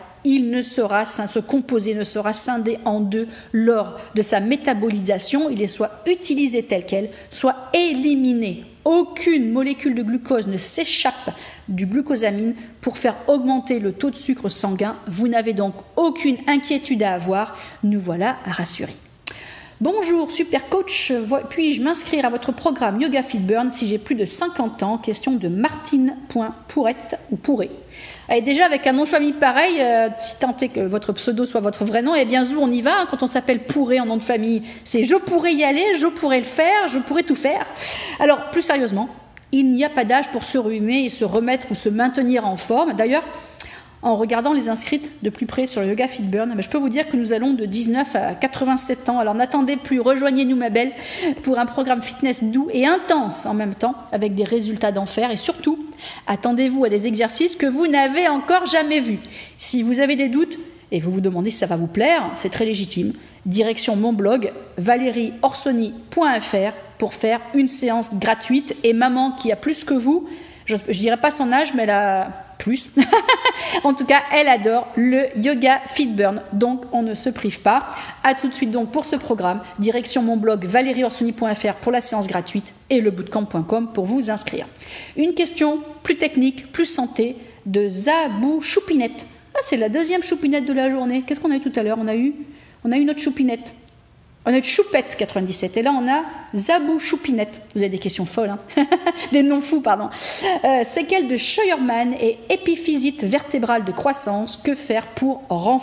ce composé ne sera scindé en deux lors de sa métabolisation. Il est soit utilisé tel quel, soit éliminé. Aucune molécule de glucose ne s'échappe du glucosamine pour faire augmenter le taux de sucre sanguin. Vous n'avez donc aucune inquiétude à avoir. Nous voilà rassurés. Bonjour, super coach, puis-je m'inscrire à votre programme Yoga Fit Burn si j'ai plus de 50 ans? Question de Martine.pourrette ou Pourré. Et déjà, avec un nom de famille pareil, si tant est que votre pseudo soit votre vrai nom, eh bien, zou, on y va. Quand on s'appelle Pourré en nom de famille, c'est je pourrais y aller, je pourrais le faire, je pourrais tout faire. Alors, plus sérieusement, il n'y a pas d'âge pour se rhumer et se remettre ou se maintenir en forme. D'ailleurs, en regardant les inscrites de plus près sur le Yoga Fit Burn. Je peux vous dire que nous allons de 19 à 87 ans. Alors n'attendez plus, rejoignez-nous ma belle pour un programme fitness doux et intense en même temps, avec des résultats d'enfer. Et surtout, attendez-vous à des exercices que vous n'avez encore jamais vus. Si vous avez des doutes et vous vous demandez si ça va vous plaire, c'est très légitime. Direction mon blog valérieorsoni.fr pour faire une séance gratuite. Et maman qui a plus que vous, je ne dirais pas son âge, mais elle a plus. En tout cas, elle adore le Yoga Fit Burn. Donc, on ne se prive pas. À tout de suite donc pour ce programme. Direction mon blog valérieorsoni.fr pour la séance gratuite et lebootcamp.com pour vous inscrire. Une question plus technique, plus santé de Zabou Choupinette. Ah, c'est la deuxième choupinette de la journée. Qu'est-ce qu'on a eu tout à l'heure ? On a eu notre choupinette. On a eu Choupette 97 et là on a Zabou Choupinette. Vous avez des questions folles, hein. Des noms fous, pardon. Séquelles de Scheuermann et épiphysite vertébrale de croissance, que faire pour renforcer ?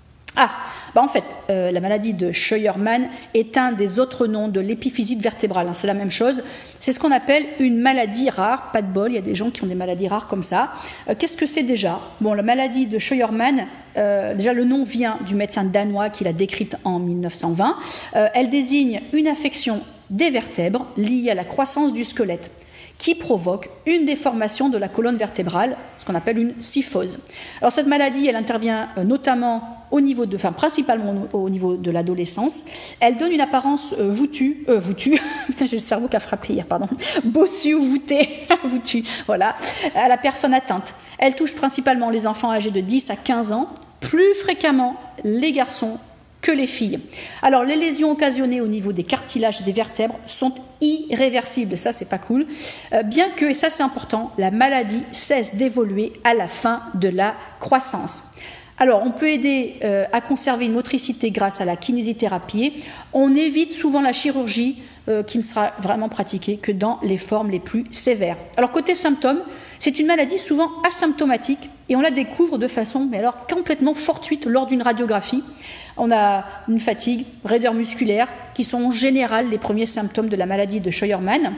En fait, la maladie de Scheuermann est un des autres noms de l'épiphysite vertébrale. C'est la même chose. C'est ce qu'on appelle une maladie rare. Pas de bol, il y a des gens qui ont des maladies rares comme ça. Qu'est-ce que c'est déjà ? La maladie de Scheuermann, déjà le nom vient du médecin danois qui l'a décrite en 1920. Elle désigne une affection des vertèbres liée à la croissance du squelette, qui provoque une déformation de la colonne vertébrale, ce qu'on appelle une kyphose. Alors cette maladie, elle intervient notamment principalement au niveau de l'adolescence. Elle donne une apparence voûtue, putain, j'ai le cerveau qui a frappé hier, pardon, bossue ou voûtée, voûtue, voilà, à la personne atteinte. Elle touche principalement les enfants âgés de 10 à 15 ans, plus fréquemment les garçons que les filles. Alors, les lésions occasionnées au niveau des cartilages des vertèbres sont irréversibles. Ça, c'est pas cool. Bien que, et ça c'est important, la maladie cesse d'évoluer à la fin de la croissance. Alors, on peut aider à conserver une motricité grâce à la kinésithérapie. On évite souvent la chirurgie qui ne sera vraiment pratiquée que dans les formes les plus sévères. Alors, côté symptômes, c'est une maladie souvent asymptomatique et on la découvre de façon complètement fortuite lors d'une radiographie. On a une fatigue, raideur musculaire, qui sont en général les premiers symptômes de la maladie de Scheuermann.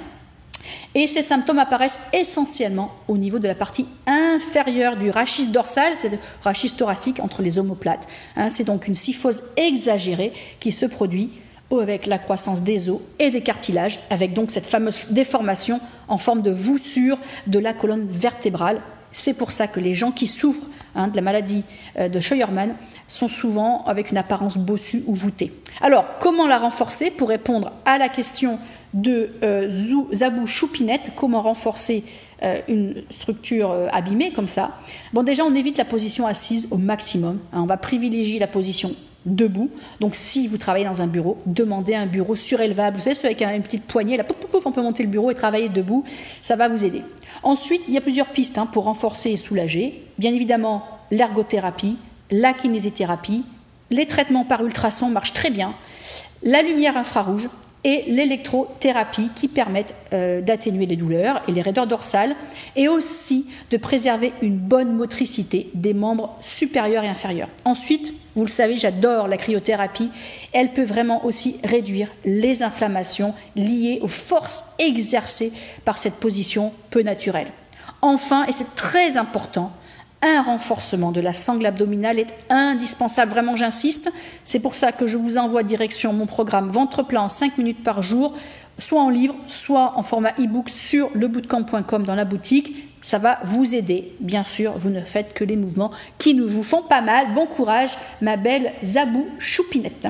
Et ces symptômes apparaissent essentiellement au niveau de la partie inférieure du rachis dorsal, c'est le rachis thoracique entre les omoplates. C'est donc une kyphose exagérée qui se produit avec la croissance des os et des cartilages, avec donc cette fameuse déformation en forme de voussure de la colonne vertébrale. C'est pour ça que les gens qui souffrent de la maladie de Scheuermann sont souvent avec une apparence bossue ou voûtée. Alors, comment la renforcer ? Pour répondre à la question de Zabou Choupinette, comment renforcer une structure abîmée comme ça ? Déjà, on évite la position assise au maximum. On va privilégier la position debout. Donc, si vous travaillez dans un bureau, demandez un bureau surélevable. Vous savez, celui avec une petite poignée, là, pouf, pouf, pouf, on peut monter le bureau et travailler debout. Ça va vous aider. Ensuite, il y a plusieurs pistes pour renforcer et soulager. Bien évidemment, l'ergothérapie, la kinésithérapie, les traitements par ultrasons marchent très bien, la lumière infrarouge et l'électrothérapie qui permettent d'atténuer les douleurs et les raideurs dorsales et aussi de préserver une bonne motricité des membres supérieurs et inférieurs. Ensuite, vous le savez, j'adore la cryothérapie. Elle peut vraiment aussi réduire les inflammations liées aux forces exercées par cette position peu naturelle. Enfin, et c'est très important, un renforcement de la sangle abdominale est indispensable, vraiment j'insiste. C'est pour ça que je vous envoie direction mon programme Ventre plein en 5 minutes par jour, soit en livre, soit en format e-book sur lebootcamp.com dans la boutique. Ça va vous aider. Bien sûr, vous ne faites que les mouvements qui nous vous font pas mal. Bon courage, ma belle Zabou Choupinette.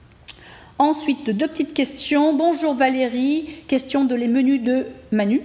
Ensuite, 2 petites questions. Bonjour Valérie, question de les menus de Manu.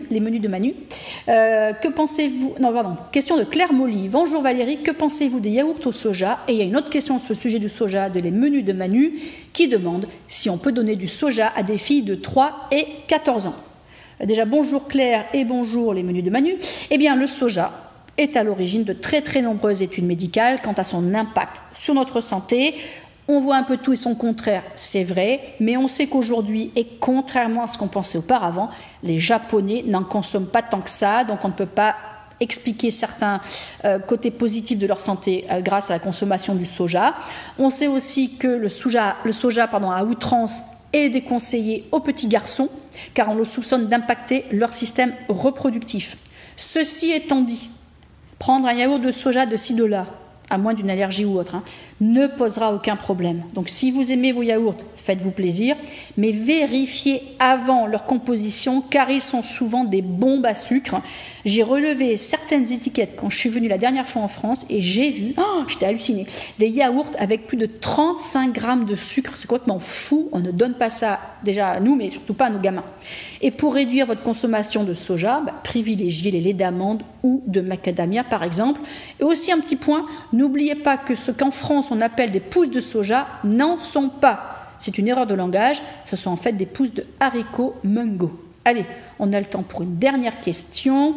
Que pensez-vous... Non, pardon, question de Claire Molly. Bonjour Valérie, que pensez-vous des yaourts au soja ? Et il y a une autre question sur le sujet du soja, de les menus de Manu, qui demande si on peut donner du soja à des filles de 3 et 14 ans. Déjà, bonjour Claire et bonjour les menus de Manu. Eh bien, le soja est à l'origine de très très nombreuses études médicales quant à son impact sur notre santé. On voit un peu tout et son contraire, c'est vrai, mais on sait qu'aujourd'hui, et contrairement à ce qu'on pensait auparavant, les Japonais n'en consomment pas tant que ça, donc on ne peut pas expliquer certains côtés positifs de leur santé grâce à la consommation du soja. On sait aussi que le soja à outrance est déconseillé aux petits garçons, car on le soupçonne d'impacter leur système reproductif. Ceci étant dit, prendre un yaourt de soja de $6, à moins d'une allergie ou autre, ne posera aucun problème. Donc si vous aimez vos yaourts, faites-vous plaisir, mais vérifiez avant leur composition car ils sont souvent des bombes à sucre. J'ai relevé certaines étiquettes quand je suis venue la dernière fois en France et j'ai vu, j'étais hallucinée, des yaourts avec plus de 35 grammes de sucre. C'est complètement fou, on ne donne pas ça déjà à nous, mais surtout pas à nos gamins. Et pour réduire votre consommation de soja, privilégiez les laits d'amande ou de macadamia par exemple. Et aussi un petit point, n'oubliez pas que ce qu'en France on appelle des pousses de soja n'en sont pas. C'est une erreur de langage, ce sont en fait des pousses de haricots mungo. Allez, on a le temps pour une dernière question.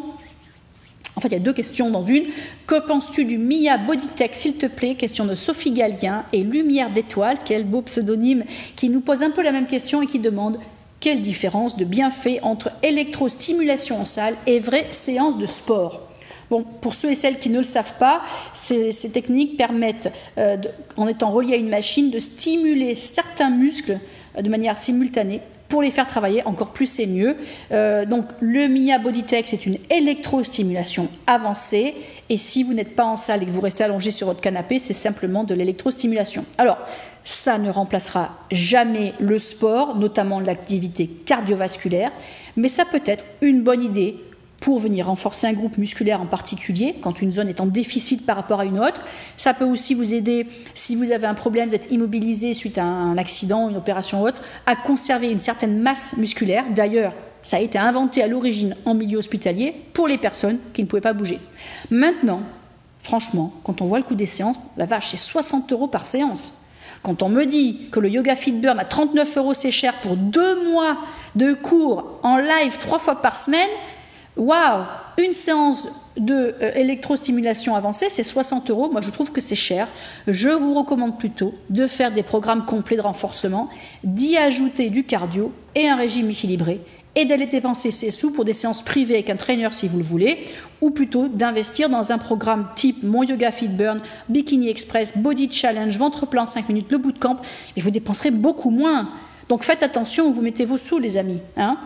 En fait, il y a 2 questions dans une. Que penses-tu du Mia Bodytech, s'il te plaît? Question de Sophie Gallien et Lumière d'étoile, quel beau pseudonyme, qui nous pose un peu la même question et qui demande quelle différence de bienfait entre électrostimulation en salle et vraie séance de sport. Bon, pour ceux et celles qui ne le savent pas, ces techniques permettent, en étant reliées à une machine, de stimuler certains muscles de manière simultanée pour les faire travailler encore plus et mieux. Donc le Mia Bodytech, c'est une électrostimulation avancée. Et si vous n'êtes pas en salle et que vous restez allongé sur votre canapé, c'est simplement de l'électrostimulation. Alors, ça ne remplacera jamais le sport, notamment l'activité cardiovasculaire, mais ça peut être une bonne idée pour venir renforcer un groupe musculaire en particulier, quand une zone est en déficit par rapport à une autre. Ça peut aussi vous aider, si vous avez un problème, vous êtes immobilisé suite à un accident, une opération ou autre, à conserver une certaine masse musculaire. D'ailleurs, ça a été inventé à l'origine en milieu hospitalier pour les personnes qui ne pouvaient pas bouger. Maintenant, franchement, quand on voit le coût des séances, la vache, c'est 60 € par séance. Quand on me dit que le Yoga Fit Burn à 39 €, c'est cher pour 2 mois de cours en live 3 fois par semaine, waouh, une séance d'électrostimulation avancée, c'est 60 €. Moi, je trouve que c'est cher. Je vous recommande plutôt de faire des programmes complets de renforcement, d'y ajouter du cardio et un régime équilibré, et d'aller dépenser ces sous pour des séances privées avec un trainer si vous le voulez, ou plutôt d'investir dans un programme type Mon Yoga Fit Burn, Bikini Express, Body Challenge, ventre plein 5 minutes, le bootcamp, et vous dépenserez beaucoup moins. Donc faites attention où vous mettez vos sous, les amis.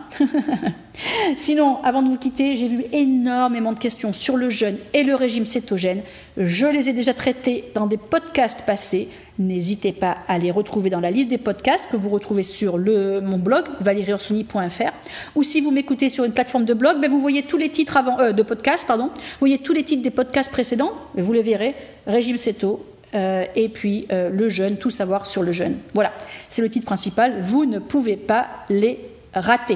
Sinon, avant de vous quitter, j'ai vu énormément de questions sur le jeûne et le régime cétogène. Je les ai déjà traitées dans des podcasts passés. N'hésitez pas à les retrouver dans la liste des podcasts que vous retrouvez sur mon blog, valérieorsoni.fr. Ou si vous m'écoutez sur une plateforme de blog, vous voyez tous les titres de podcasts, Vous voyez tous les titres des podcasts précédents, vous les verrez. Régime céto. Et puis le jeûne, tout savoir sur le jeûne. Voilà, c'est le titre principal, vous ne pouvez pas les rater.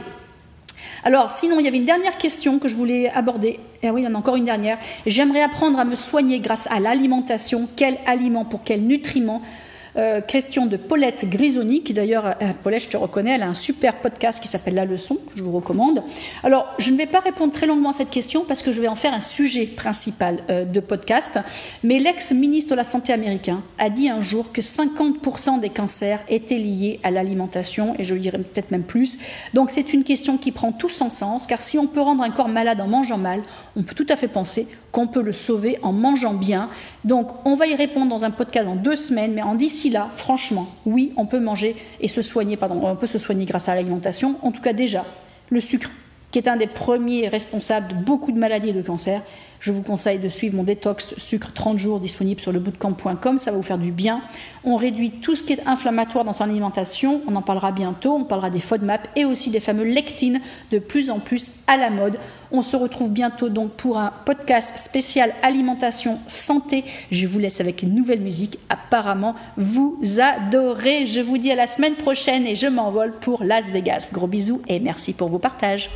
Alors sinon, il y avait une dernière question que je voulais aborder. Et oui, il y en a encore une dernière. J'aimerais apprendre à me soigner grâce à l'alimentation. Quel aliment pour quel nutriment? Question de Paulette Grisoni, qui d'ailleurs, Paulette, je te reconnais, elle a un super podcast qui s'appelle La Leçon, que je vous recommande. Alors, je ne vais pas répondre très longuement à cette question parce que je vais en faire un sujet principal de podcast, mais l'ex-ministre de la Santé américain a dit un jour que 50% des cancers étaient liés à l'alimentation, et je dirais peut-être même plus. Donc, c'est une question qui prend tout son sens, car si on peut rendre un corps malade en mangeant mal, on peut tout à fait penser qu'on peut le sauver en mangeant bien. Donc, on va y répondre dans un podcast dans 2 semaines, mais d'ici là, franchement, oui, on peut manger et se soigner, on peut se soigner grâce à l'alimentation. En tout cas, déjà, le sucre, qui est un des premiers responsables de beaucoup de maladies et de cancers. Je vous conseille de suivre mon détox sucre 30 jours disponible sur lebootcamp.com, ça va vous faire du bien. On réduit tout ce qui est inflammatoire dans son alimentation, on en parlera bientôt, on parlera des FODMAP et aussi des fameux lectines de plus en plus à la mode. On se retrouve bientôt donc pour un podcast spécial alimentation santé. Je vous laisse avec une nouvelle musique, apparemment vous adorez. Je vous dis à la semaine prochaine et je m'envole pour Las Vegas. Gros bisous et merci pour vos partages.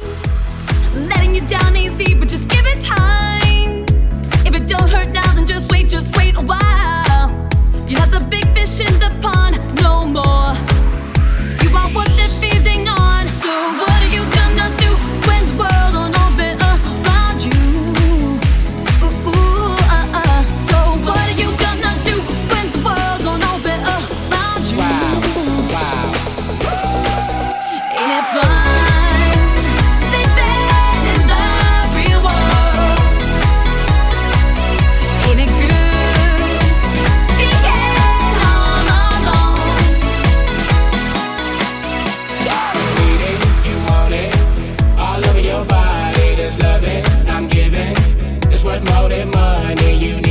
Letting you down easy, but just give it time. If it don't hurt now, then just wait a while. You're not the big fish in the pond no more. You are what they're feeding on. So what are you gonna do when the world don't orbit around you? So what are you gonna do when the world don't orbit around you? Wow. Ain't it fun? money, you need